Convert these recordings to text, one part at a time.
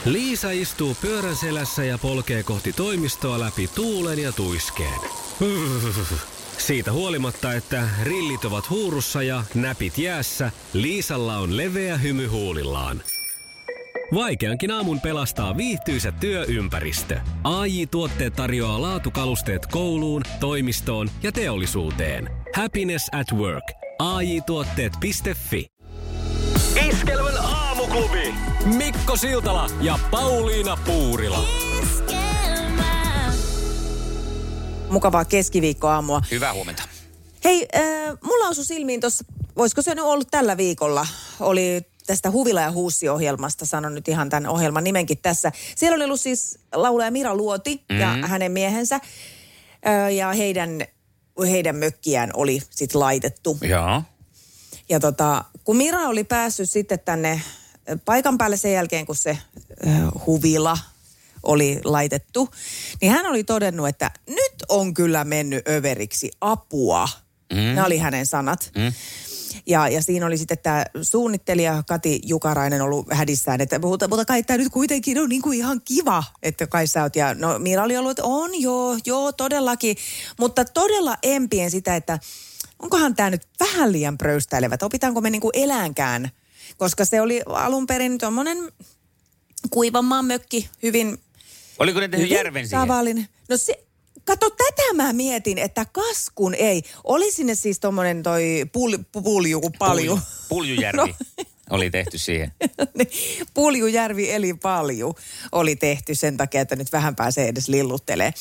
Liisa istuu pyörän selässä ja polkee kohti toimistoa läpi tuulen ja tuiskeen. Siitä huolimatta, että rillit ovat huurussa ja näpit jäässä, Liisalla on leveä hymy huulillaan. Vaikeankin aamun pelastaa viihtyisä työympäristö. AJ-tuotteet tarjoaa laatukalusteet kouluun, toimistoon ja teollisuuteen. Happiness at work. AJ-tuotteet.fi. Iskelmän aamuklubi. Mikko Siltala ja Pauliina Puurila. Mukavaa keskiviikkoaamua. Hyvää huomenta. Hei, mulla osui silmiin tuossa, voisiko se nyt ollut tällä viikolla, oli tästä Huvila ja Huussi-ohjelmasta, sanon nyt ihan tämän ohjelman nimenkin tässä. Siellä oli ollut siis laulaja Mira Luoti ja hänen miehensä, ja heidän mökkiään oli sitten laitettu. Joo. Ja kun Mira oli päässyt sitten tänne paikan päälle sen jälkeen, kun se huvila oli laitettu, niin hän oli todennut, että nyt on kyllä mennyt överiksi, apua. Nämä oli hänen sanat. Ja siinä oli sitten tämä suunnittelija Kati Jukarainen ollut hädissään, että mutta kai tämä nyt kuitenkin on niin kuin ihan kiva, että kai sä oot. Ja no Mira oli ollut, että on joo todellakin, mutta todella empien sitä, että onkohan tämä nyt vähän liian pröystäilevä, että opitaanko me niin kuin eläänkään, koska se oli alun perin tommonen Kuivanmaan mökki, hyvin. Oliko ne tehnyt järven siihen? Tavallinen. No se, kato, tätä mä mietin, että kaskun ei. Oli sinne siis tommonen toi palju. Puljujärvi oli tehty siihen. Puljujärvi eli palju oli tehty sen takia, että nyt vähän pääsee edes lilluttelee.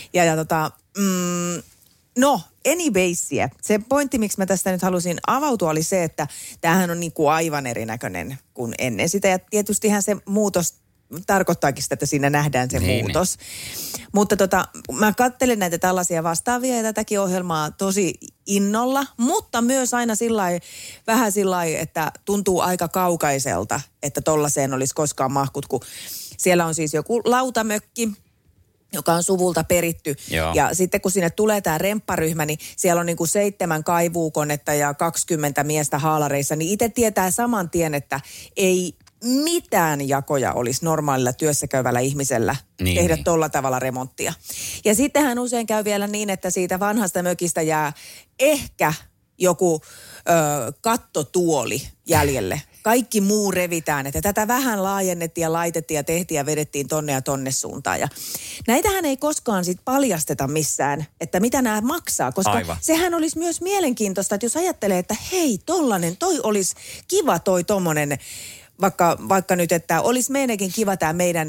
No, anywaysia. Se pointti, miksi mä tästä nyt halusin avautua, oli se, että tämähän on niin kuin aivan erinäköinen kuin ennen sitä. Ja tietystihän se muutos tarkoittaakin sitä, että siinä nähdään se muutos. Mutta mä katselen näitä tällaisia vastaavia ja tätäkin ohjelmaa tosi innolla, mutta myös aina vähän sillai, että tuntuu aika kaukaiselta, että tollaiseen olisi koskaan mahkut, kun siellä on siis joku lautamökki, joka on suvulta peritty. Joo. Ja sitten kun sinne tulee tämä rempparyhmä, niin siellä on niinku 7 kaivuukonetta ja 20 miestä haalareissa, niin itse tietää saman tien, että ei mitään jakoja olisi normaalilla työssäkäyvällä ihmisellä tehdä tolla tavalla remonttia. Ja sittenhän usein käy vielä niin, että siitä vanhasta mökistä jää ehkä joku kattotuoli jäljelle. Kaikki muu revitään, että tätä vähän laajennettiin ja laitettiin ja tehtiin ja vedettiin tonne ja tonne suuntaan. Ja näitähän ei koskaan sit paljasteta missään, että mitä nämä maksaa, koska sehän olisi myös mielenkiintoista, että jos ajattelee, että hei, toi olisi kiva tommonen, vaikka nyt, että olisi meidänkin kiva tämä meidän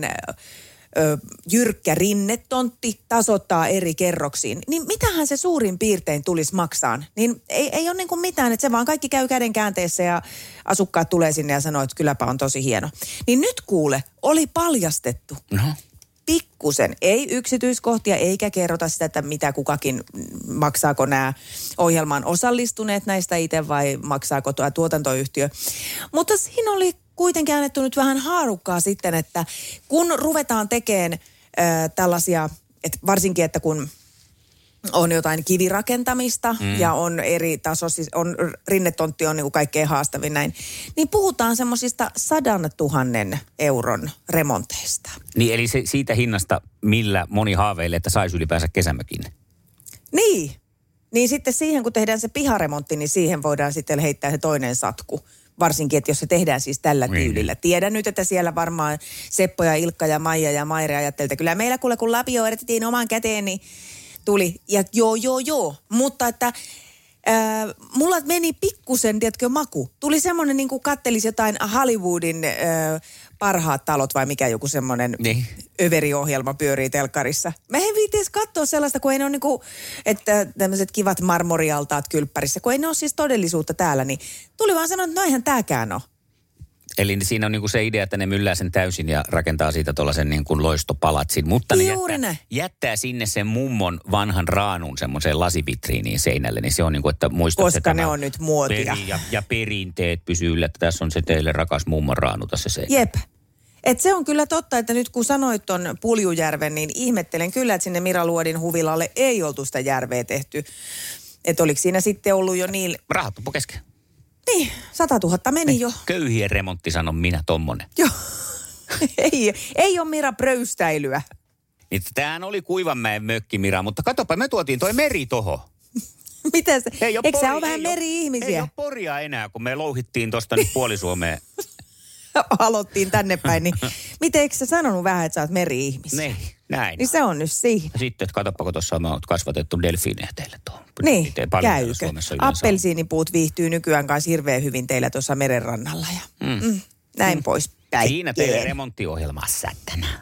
jyrkkä rinnetontti tasoittaa eri kerroksiin, niin mitähän se suurin piirtein tulisi maksaan? Niin ei ole niin kuin mitään, että se vaan kaikki käy käden käänteessä ja asukkaat tulee sinne ja sanoo, että kylläpä on tosi hieno. Niin nyt kuule, oli paljastettu. Pikkusen, ei yksityiskohtia eikä kerrota sitä, että mitä kukakin, maksaako nämä ohjelmaan osallistuneet näistä itse vai maksaako tuotantoyhtiö. Mutta siinä oli kuitenkin annettu nyt vähän haarukkaa sitten, että kun ruvetaan tekemään tällaisia, että varsinkin, että kun on jotain kivirakentamista ja on eri taso, siis on rinnetontti on niin kuin kaikkein haastavin näin, niin puhutaan semmoisista 100 000 euron remonteista. Niin, eli siitä hinnasta, millä moni haaveilee, että saisi ylipäänsä kesämökin. Niin sitten siihen, kun tehdään se piharemontti, niin siihen voidaan sitten heittää se toinen satku. Varsinkin, että jos se tehdään siis tällä tyylillä. Tiedän nyt, että siellä varmaan Seppo ja Ilkka ja Maija ja Maire ajattelivat, että kyllä meillä kuule, kun lapio edettiin omaan käteen, niin tuli. Ja joo. Mutta että mulla meni pikkusen, tiedätkö, maku. Tuli semmoinen, niin kuin kattelisi jotain Hollywoodin parhaat talot vai mikä joku semmoinen överiohjelma pyörii telkkarissa. Mä en viitis katsoa sellaista, kun ei ne ole niinku, että tämmöiset kivat marmorialtaat kylppärissä, kun ei ne ole siis todellisuutta täällä, niin tuli vaan sanoa, että no eihän tääkään ole. Eli siinä on niinku se idea, että ne myllää sen täysin ja rakentaa siitä tuollaisen niin kuin loistopalatsin, mutta ne jättää sinne sen mummon vanhan raanun semmoiseen lasivitriiniin seinälle, niin se on niin kuin, että muistat, koska että ne on nyt muotia. Ja perinteet pysyy yllä, että tässä on se teille rakas mummon raanu tässä seinällä. Jep. Et se on kyllä totta, että nyt kun sanoit ton Puljujärven, niin ihmettelen kyllä, että sinne Mira Luodin huvilalle ei oltu sitä järveä tehty. Että oliko siinä sitten ollut jo niin... Rahat loppu kesken. Niin, 100 000 meni jo. Köyhien remontti, sanon minä, tommonen. Joo. Ei ole Mira pröystäilyä. Niin, tämähän oli Kuivanmäen mökki, Mira, mutta katsopa, me tuotiin toi meri toho. Mitä se? Eikö sä ole vähän meri-ihmisiä? Ei ole Poria enää, kun me louhittiin tuosta nyt puoli Suomea. Aloittiin tänne päin, niin miten eikö sä sanonut vähän, että sä oot meri-ihmisiä? Näin. Niin se on nyt siihen. Sitten, että katsoppa, kun tuossa on kasvatettu delfiinejä teille tuohon. Niin, käykö? Appelsiinipuut viihtyy nykyään kanssa hirveän hyvin teillä tuossa merenrannalla ja näin poispäin. Siinä teille remonttiohjelmassa tänään.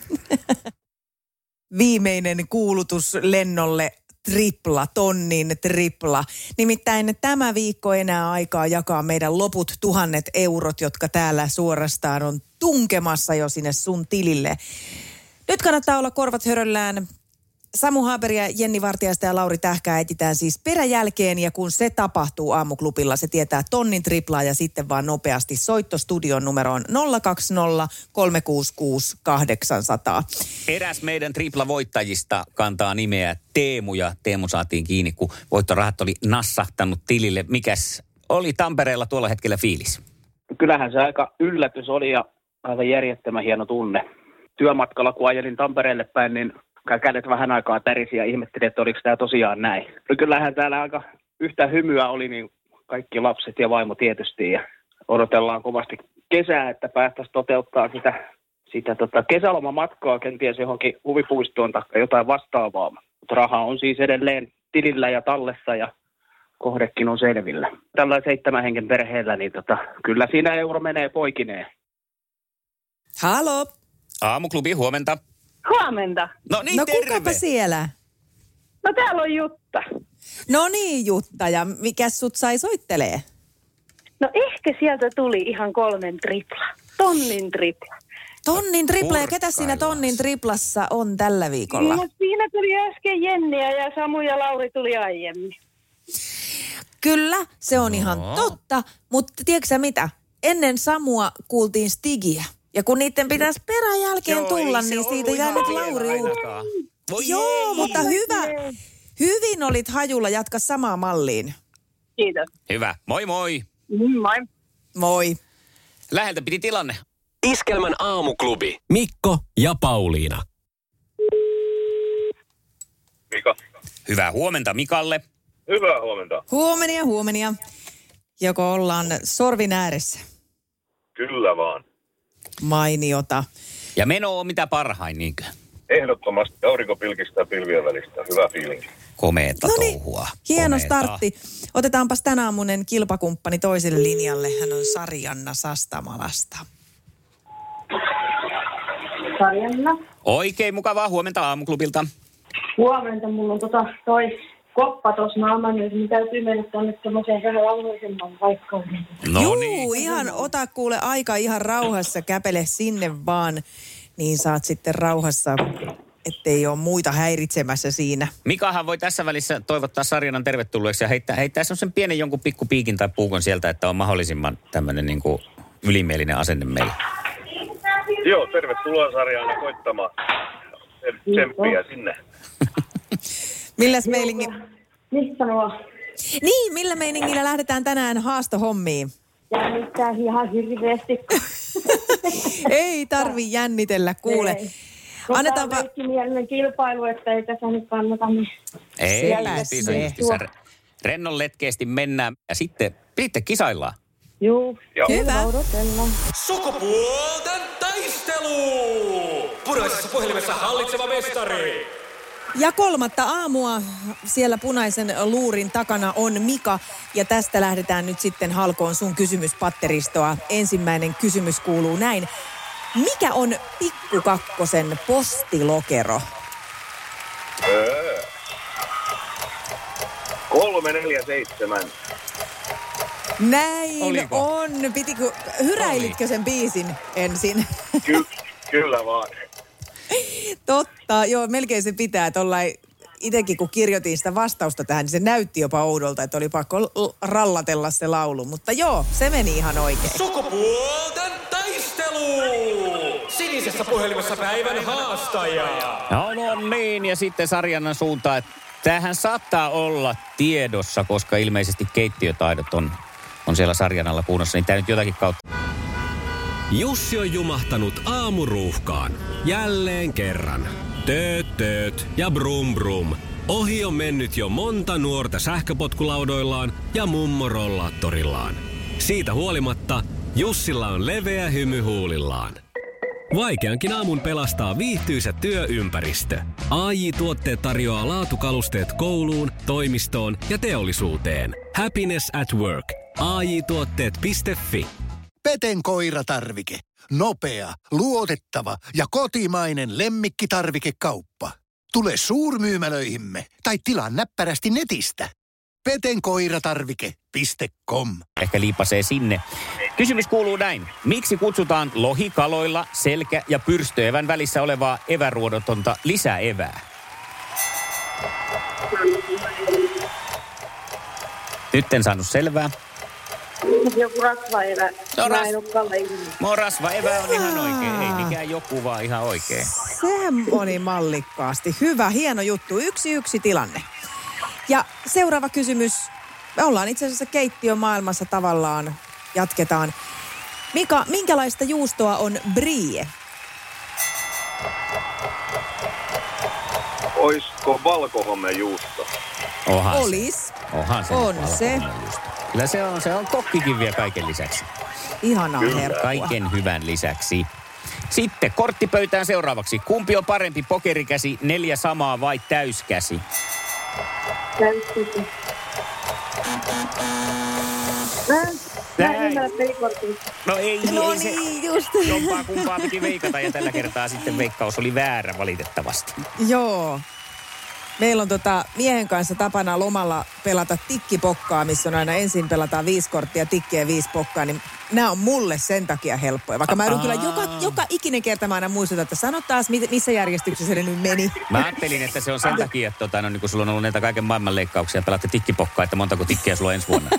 Viimeinen kuulutus lennolle. Tonnin tripla. Nimittäin tämä viikko enää aikaa jakaa meidän loput 1,000 eurot, jotka täällä suorastaan on tunkemassa jo sinne sun tilille. Nyt kannattaa olla korvat höröllään. Samu Haaberia, Jenni Vartiaista ja Lauri Tähkää etsitään siis peräjälkeen ja kun se tapahtuu aamuklubilla, se tietää tonnin triplaa ja sitten vaan nopeasti soitto studion numeroon 020 366 800. Eräs meidän tripla-voittajista kantaa nimeä Teemu ja Teemu saatiin kiinni, kun voittorahat oli nassahtanut tilille. Mikäs oli Tampereella tuolla hetkellä fiilis? Kyllähän se aika yllätys oli ja aivan järjettömän hieno tunne. Työmatkalla kun ajelin Tampereelle päin, niin kädet vähän aikaa tärisi ja ihmettelin, että oliko tämä tosiaan näin. No kyllähän täällä aika yhtä hymyä oli niin kaikki lapset ja vaimo tietysti ja odotellaan kovasti kesää, että päästäisiin toteuttaa sitä kesälomamatkaa kenties johonkin huvipuistoon tai jotain vastaavaa. Mutta raha on siis edelleen tilillä ja tallessa ja kohdekin on selvillä. Tällainen 7 hengen perheellä, niin kyllä siinä euro menee poikineen. Halo. Aamuklubi, huomenta. Huomenta. No niin, terve. Kukapa siellä? No täällä on Jutta. No niin, Jutta. Ja mikä sut sai soittelee? No ehkä sieltä tuli ihan 3 tripla. Tonnin tripla. Tonnin tripla. Ja ketä siinä tonnin triplassa on tällä viikolla? No siinä tuli äsken Jenniä ja Samu ja Lauri tuli aiemmin. Kyllä, se on ihan totta. Mutta tiedätkö sä mitä? Ennen Samua kuultiin Stigiä. Ja kun niiden pitäisi peräjälkeen tulla, niin siitä jää nyt Lauri Joo, mutta hyvin olit hajulla. Jatka samaan malliin. Kiitos. Hyvä. Moi moi. Moi. Moi. Läheltä piti tilanne. Iskelmän aamuklubi. Mikko ja Pauliina. Mika. Hyvää huomenta Mikalle. Hyvää huomenta. Huomenia. Joko ollaan sorvin ääressä? Kyllä vaan. Mainiota. Ja meno on mitä parhain, niinkö? Ehdottomasti aurinko pilkistää pilvien välistä. Hyvä fiilinki. Komeeta touhua. Hieno startti. Otetaanpas tänaamunen kilpakumppani toiselle linjalle. Hän on Sarjanna Sastamalasta. Sarjanna. Oikein mukavaa huomenta aamuklubilta. Huomenta. Mulla on toi koppa tuossa naamassa, niin täytyy mennä tuonne semmoiseen vähän rauhallisemman paikkaan. No niin. Ihan ota kuule aika ihan rauhassa, käpele sinne vaan, niin saat sitten rauhassa, ettei ole muita häiritsemässä siinä. Mikahan voi tässä välissä toivottaa Sarjanan tervetulleeksi ja heittää semmoisen pienen jonkun pikkupiikin tai puukon sieltä, että on mahdollisimman tämmöinen niin kuin ylimielinen asenne meillä. Joo, tervetuloa Sarjana koittamaan. Tsemppiä sinne. Milläs meiningi? Mistä nuo? Niin, millä meiningillä lähdetään tänään haastohommiin? Jännittää ihan hirveästi. Ei tarvi jännitellä, kuule. Annetaanpa mielinen kilpailu, että ei tässä nyt kannata. Ei, rennon letkeästi mennään ja sitten kisaillaan. Joo. Hyvä. Sukupuolten taistelu! Punaisessa puhelimessa hallitseva mestari. Ja 3. aamua siellä punaisen luurin takana on Mika. Ja tästä lähdetään nyt sitten halkoon sun kysymyspatteristoa. Ensimmäinen kysymys kuuluu näin. Mikä on Pikkukakkosen postilokero? 347. Näin Oliko? on. Hyräilitkö sen biisin ensin? Kyllä vaan. Totta, joo, melkein se pitää, että itsekin kun kirjoitin sitä vastausta tähän, niin se näytti jopa oudolta, että oli pakko rallatella se laulu. Mutta joo, se meni ihan oikein. Sukupuolten taistelu! Sinisessä puhelimessa päivän haastaja. No niin, ja sitten Sarjannan suuntaan, että tämähän saattaa olla tiedossa, koska ilmeisesti keittiötaidot on siellä Sarjanalla kunnossa, niin tämä nyt jotakin kautta. Jussi on jumahtanut aamuruuhkaan. Jälleen kerran. Tööt ja brum brum. Ohi on mennyt jo monta nuorta sähköpotkulaudoillaan ja mummorollaattorillaan. Siitä huolimatta Jussilla on leveä hymy huulillaan. Vaikeankin aamun pelastaa viihtyisä työympäristö. AJ-tuotteet tarjoaa laatukalusteet kouluun, toimistoon ja teollisuuteen. Happiness at work. AJ-tuotteet.fi. Peten koiratarvike. Nopea, luotettava ja kotimainen lemmikkitarvikekauppa. Tule suurmyymälöihimme tai tilaa näppärästi netistä. petenkoiratarvike.com. Ehkä liipasee sinne. Kysymys kuuluu näin. Miksi kutsutaan lohikaloilla selkä- ja pyrstöevän välissä olevaa eväruodotonta lisäevää? Nyt en saanut selvää. Joku rasvaevä. Rasvaevä on ihan oikein. Ei mikään joku, vaan ihan oikein. Sehän oli mallikkaasti. Hyvä, hieno juttu. 1-1 tilanne. Ja seuraava kysymys. Me ollaan itse asiassa keittiömaailmassa tavallaan. Jatketaan. Mika, minkälaista juustoa on brie? Oisko valkohomejuusto? Onhan se. Kyllä se on kokkikin vielä kaiken lisäksi. Ihanaa herkkua. Kaiken hyvän lisäksi. Sitten korttipöytään seuraavaksi. Kumpi on parempi, pokerikäsi, 4 samaa vai täyskäsi? Täyskäsi. No ei niin, just. Jompaa kumpaa piti veikata ja tällä kertaa sitten veikkaus oli väärä valitettavasti. Joo. Meillä on miehen kanssa tapana lomalla pelata tikkipokkaa, missä on aina ensin pelataan 5 korttia, tikkiä ja 5 pokkaa, niin nämä on mulle sen takia helppoja. Vaikka mä kyllä joka ikinen kerta mä aina muistutan, että sano taas, missä järjestyksessä se nyt meni. Mä ajattelin, että se on sen takia, että niin kun sulla on ollut näitä kaiken maailman leikkauksia ja pelaatte tikkipokkaa, että montako tikkiä sulla on ensi vuonna.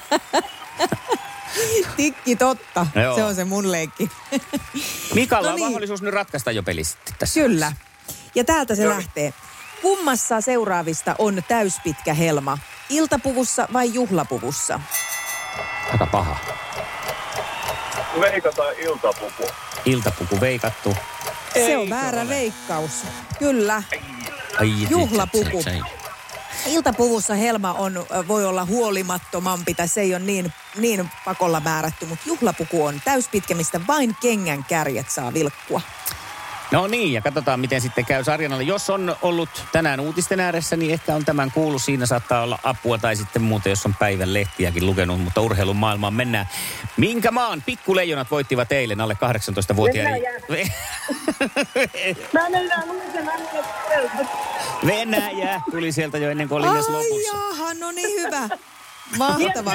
Tikki totta. Joo. Se on se mun leikki. Mikalla on mahdollisuus nyt ratkaista jo peli sitten tässä. Kyllä. Ja täältä se lähtee. Kummassa seuraavista on täyspitkä helma? Iltapuvussa vai juhlapuvussa? Aika paha. Veikataan iltapuku. Iltapuku veikattu. Se on väärä veikkaus. Kyllä. Juhlapuku. Iltapuvussa helma voi olla huolimattomampi tai se ei ole niin pakolla määrätty, mutta juhlapuku on täyspitkä, mistä vain kengän kärjet saa vilkkua. No niin, ja katsotaan miten sitten käy Sarjanalle. Jos on ollut tänään uutisten ääressä, niin ehkä on tämän kuullut. Siinä saattaa olla apua tai sitten muuten, jos on päivän lehtiäkin lukenut, mutta urheilun maailmaan mennään. Minkä maan pikkuleijonat voittivat eilen alle 18-vuotiaiden? Venäjä tuli sieltä jo ennen kuin oli edes lopussa. Ai jaha, no niin hyvä. Mahtavaa.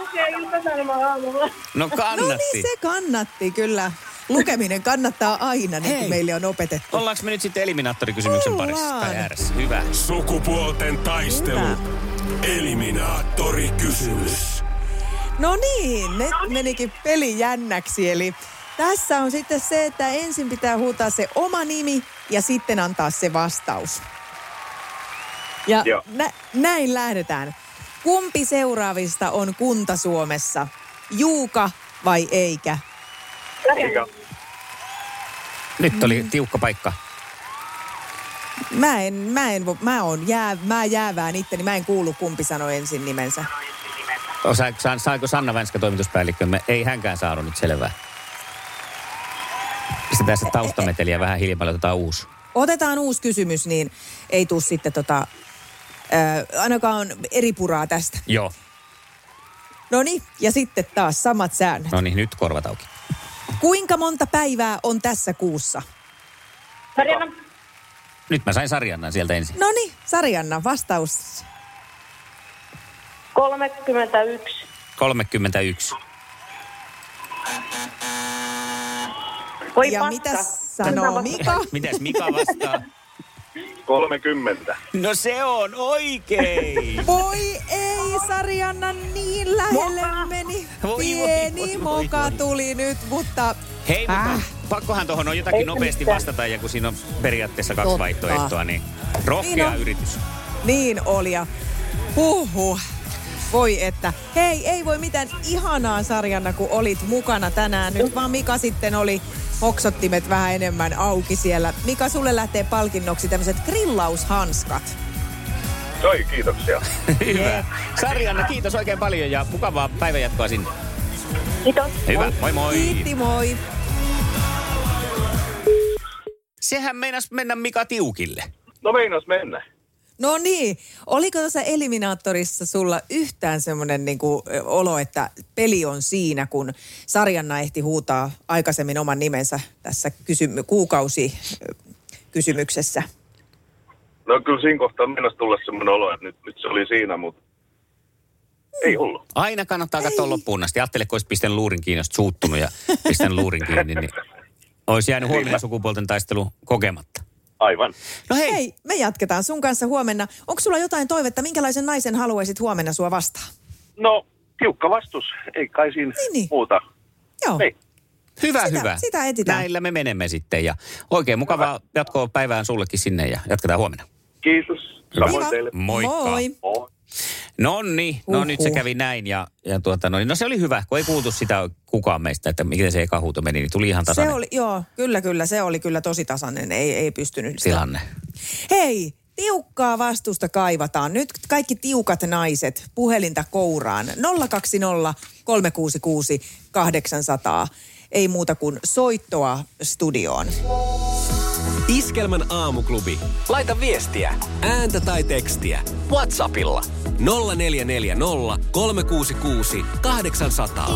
No kannatti. No niin, se kannatti kyllä. Lukeminen kannattaa aina, niin kuin meille on opetettu. Ollaanko me nyt sitten eliminaattorikysymyksen parissa tai ääressä? Hyvä. Sukupuolten taistelu. Hyvä. Eliminaattorikysymys. No niin, nyt menikin peli jännäksi. Eli tässä on sitten se, että ensin pitää huutaa se oma nimi ja sitten antaa se vastaus. Ja näin lähdetään. Kumpi seuraavista on kunta Suomessa? Juuka vai Eikä? Nyt oli tiukka paikka. Mä jäävään itteni. Mä en kuulu kumpi sanoi ensin nimensä. Saiko Sanna Vänskä toimituspäällikkömme? Ei hänkään saanut nyt selvää. Pistetään se taustameteliä vähän hiljemmälle, otetaan uusi. Otetaan uusi kysymys, niin ei tule sitten ainakaan eri puraa tästä. Joo. Noniin, ja sitten taas samat säännöt. Noniin, nyt korvat auki. Kuinka monta päivää on tässä kuussa? Sarjanna. Nyt mä sain Sarjannan sieltä ensin. Noniin, Sarjanna, vastaus. 31. 31. Voi ja paska. mitä sanoo Mika? Mitäs Mika vastaa? 30. No se on oikein. Voi ei, Sarjanna niin lähelle meni. Pieni moka tuli nyt, mutta... Hei, mutta pakkohan tuohon on jotakin nopeasti vastata, ja kun siinä on periaatteessa 2 vaihtoehtoa, niin rohkea yritys. Niin oli, ja Voi että. Hei, ei voi mitään, ihanaa Sarjanna, kun olit mukana tänään. Nyt vaan Mika sitten oli hoksottimet vähän enemmän auki siellä. Mika, sulle lähtee palkinnoksi tämmöiset grillaushanskat. Toi, kiitoksia. Hyvä. Sarjanna, kiitos oikein paljon ja mukavaa päivänjatkoa sinne. Kiitos. Hyvä, moi moi. Kiitti, moi. Sehän meinas mennä Mika tiukille. No meinas mennä. No niin, oliko tuossa Eliminaattorissa sulla yhtään semmoinen niinku olo, että peli on siinä, kun Sarjanna ehti huutaa aikaisemmin oman nimensä tässä kuukausikysymyksessä? No kyllä siinä kohtaa mennessä tulla semmoinen olo, että nyt se oli siinä, mutta ei ollut. Aina kannattaa katsoa loppuun asti. Ajattele, kun olisi pistänyt luurin kiinni, jos suuttunut ja pistänyt luurin kiinni, niin olisi jäänyt huomenna sukupuolten taistelu kokematta. Aivan. No hei, me jatketaan sun kanssa huomenna. Onko sulla jotain toivetta, minkälaisen naisen haluaisit huomenna sua vastaan? No, tiukka vastus. Ei kai siinä muuta. Joo. Ei. Hyvä. Sitä etsitään. Näillä me menemme sitten ja oikein mukavaa jatkoa päivään sullekin sinne ja jatketaan huomenna. Kiitos. Samoin teille. Moikka. Moi. Nonni, no nyt se kävi näin ja no se oli hyvä, kun ei kuultu sitä kukaan meistä, että miten se eka huuto meni, niin tuli ihan tasainen. Se oli, joo, kyllä, se oli kyllä tosi tasainen, ei pystynyt. Tilanne. Hei, tiukkaa vastusta kaivataan. Nyt kaikki tiukat naiset puhelinta kouraan. 020 366 800. Ei muuta kuin soittoa studioon. Iskelmän aamuklubi. Laita viestiä, ääntä tai tekstiä. WhatsAppilla 0440 366 800.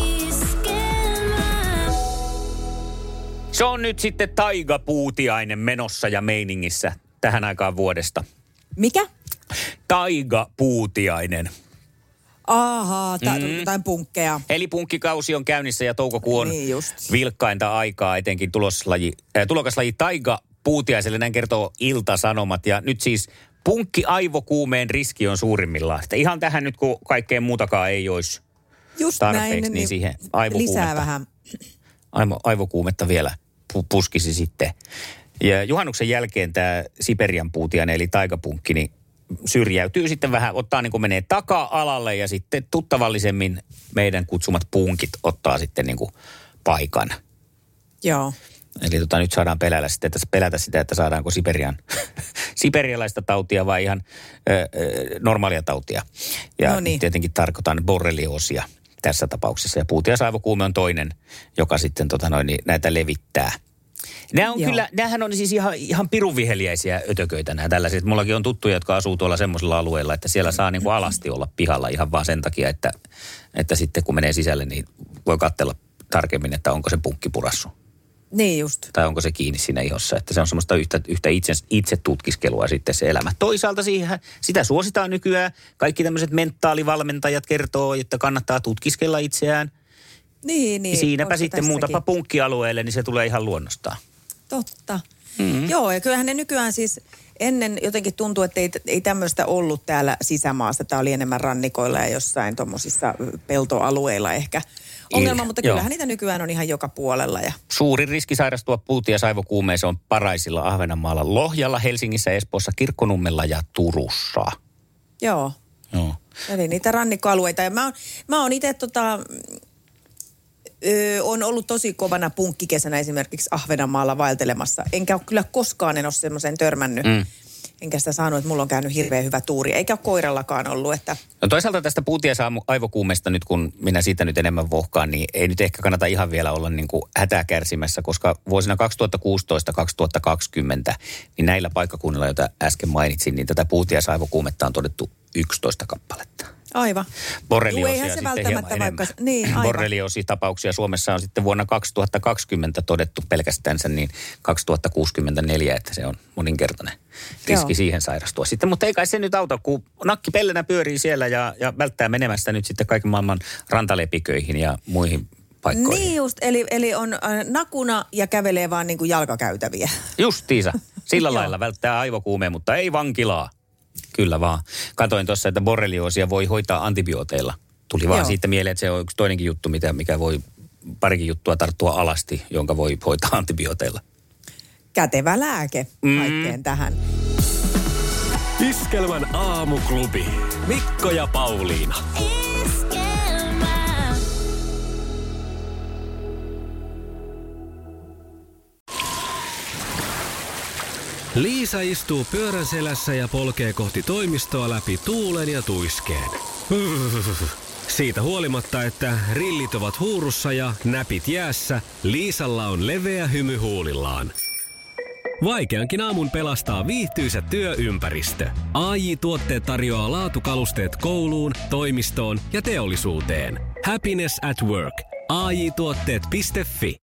Se on nyt sitten Taiga Puutiainen menossa ja meiningissä tähän aikaan vuodesta. Mikä? Taiga Puutiainen. Ahaa, jotain punkkeja. Eli punkkikausi on käynnissä ja toukokuu on niin vilkkainta aikaa, etenkin tulokaslaji Taiga Puutiaiselle, näin kertoo Ilta-Sanomat. Ja nyt siis punkki-aivokuumeen riski on suurimmillaan. Että ihan tähän nyt, kun kaikkeen muutakaan ei olisi just tarpeeksi, näin, niin siihen aivokuumetta. Lisää vähän. Aivokuumetta vielä puskisi sitten. Ja juhannuksen jälkeen tämä Siperian puutiainen eli taikapunkki, niin syrjäytyy sitten vähän, ottaa niin kuin menee taka-alalle ja sitten tuttavallisemmin meidän kutsumat punkit ottaa sitten niin kuin paikan. Joo. Eli nyt saadaan pelätä sitä, että saadaanko siperialaista tautia vai ihan normaalia tautia. Ja tietenkin tarkoitan borrelioosia tässä tapauksessa. Ja puutiaisaivokuume on toinen, joka sitten näitä levittää. Nämähän on siis ihan pirunviheliäisiä ötököitä nämä tällaiset. Mullakin on tuttuja, jotka asuu tuolla semmoisella alueella, että siellä saa niin kuin alasti olla pihalla ihan vaan sen takia, että sitten kun menee sisälle, niin voi katsella tarkemmin, että onko se punkki purassu. Niin just. Tai onko se kiinni siinä ihossa, että se on semmoista yhtä itse tutkiskelua sitten se elämä. Toisaalta sitä suositaan nykyään. Kaikki tämmöiset mentaalivalmentajat kertoo, että kannattaa tutkiskella itseään. Niin. Siinäpä sitten muutapa punkkialueelle, niin se tulee ihan luonnostaan. Totta. Mm-hmm. Joo, ja kyllähän ne nykyään siis ennen jotenkin tuntuu, että ei tämmöistä ollut täällä sisämaassa. Tämä oli enemmän rannikoilla ja jossain tuommoisissa peltoalueilla ehkä ongelma, mutta kyllähän niitä nykyään on ihan joka puolella. Ja suurin riski sairastua puutiaisaivokuumeeseen on Paraisilla, Ahvenanmaalla, Lohjalla, Helsingissä, Espoossa, Kirkkonummella ja Turussa. Joo. Eli niitä rannikkoalueita. Ja mä oon itse on ollut tosi kovana punkkikesänä esimerkiksi Ahvenanmaalla vaeltelemassa. Enkä ole kyllä koskaan en ole semmoiseen törmännyt. Enkä sitä saanut, että mulla on käynyt hirveän hyvä tuuri. Eikä ole koirallakaan ollut. Että no toisaalta tästä puutiaisaivokuumesta nyt, kun minä siitä nyt enemmän vohkaan, niin ei nyt ehkä kannata ihan vielä olla niin kuin hätää kärsimässä, koska vuosina 2016-2020, niin näillä paikkakunnilla, joita äsken mainitsin, niin tätä puutiaisaivokuumetta on todettu 11 kappaletta. Aivan. Borrelioosia sitten hieman enemmän. Borrelioosi-tapauksia Suomessa on sitten vuonna 2020 todettu pelkästänsä niin 2064, että se on moninkertainen riski siihen sairastua sitten. Mutta ei kai se nyt auta, kun nakki pellenä pyörii siellä ja välttää menemästä nyt sitten kaiken maailman rantalepiköihin ja muihin paikkoihin. Niin just, eli on nakuna ja kävelee vaan niin kuin jalkakäytäviä. Justiisa. Sillä lailla välttää aivokuumeen, mutta ei vankilaa. Kyllä vaan. Katoin tuossa, että borrelioosia voi hoitaa antibiooteilla. Tuli vaan siitä mieleen, että se on yksi toinenkin juttu, mikä voi parikin juttua tarttua alasti, jonka voi hoitaa antibiooteilla. Kätevä lääke kaikkeen tähän. Iskelmän aamuklubi. Mikko ja Pauliina. Liisa istuu pyörän selässä ja polkee kohti toimistoa läpi tuulen ja tuiskeen. Siitä huolimatta, että rillit ovat huurussa ja näpit jäässä, Liisalla on leveä hymy huulillaan. Vaikeankin aamun pelastaa viihtyisä työympäristö. AJ-tuotteet tarjoaa laatukalusteet kouluun, toimistoon ja teollisuuteen. Happiness at work. AJ-tuotteet.fi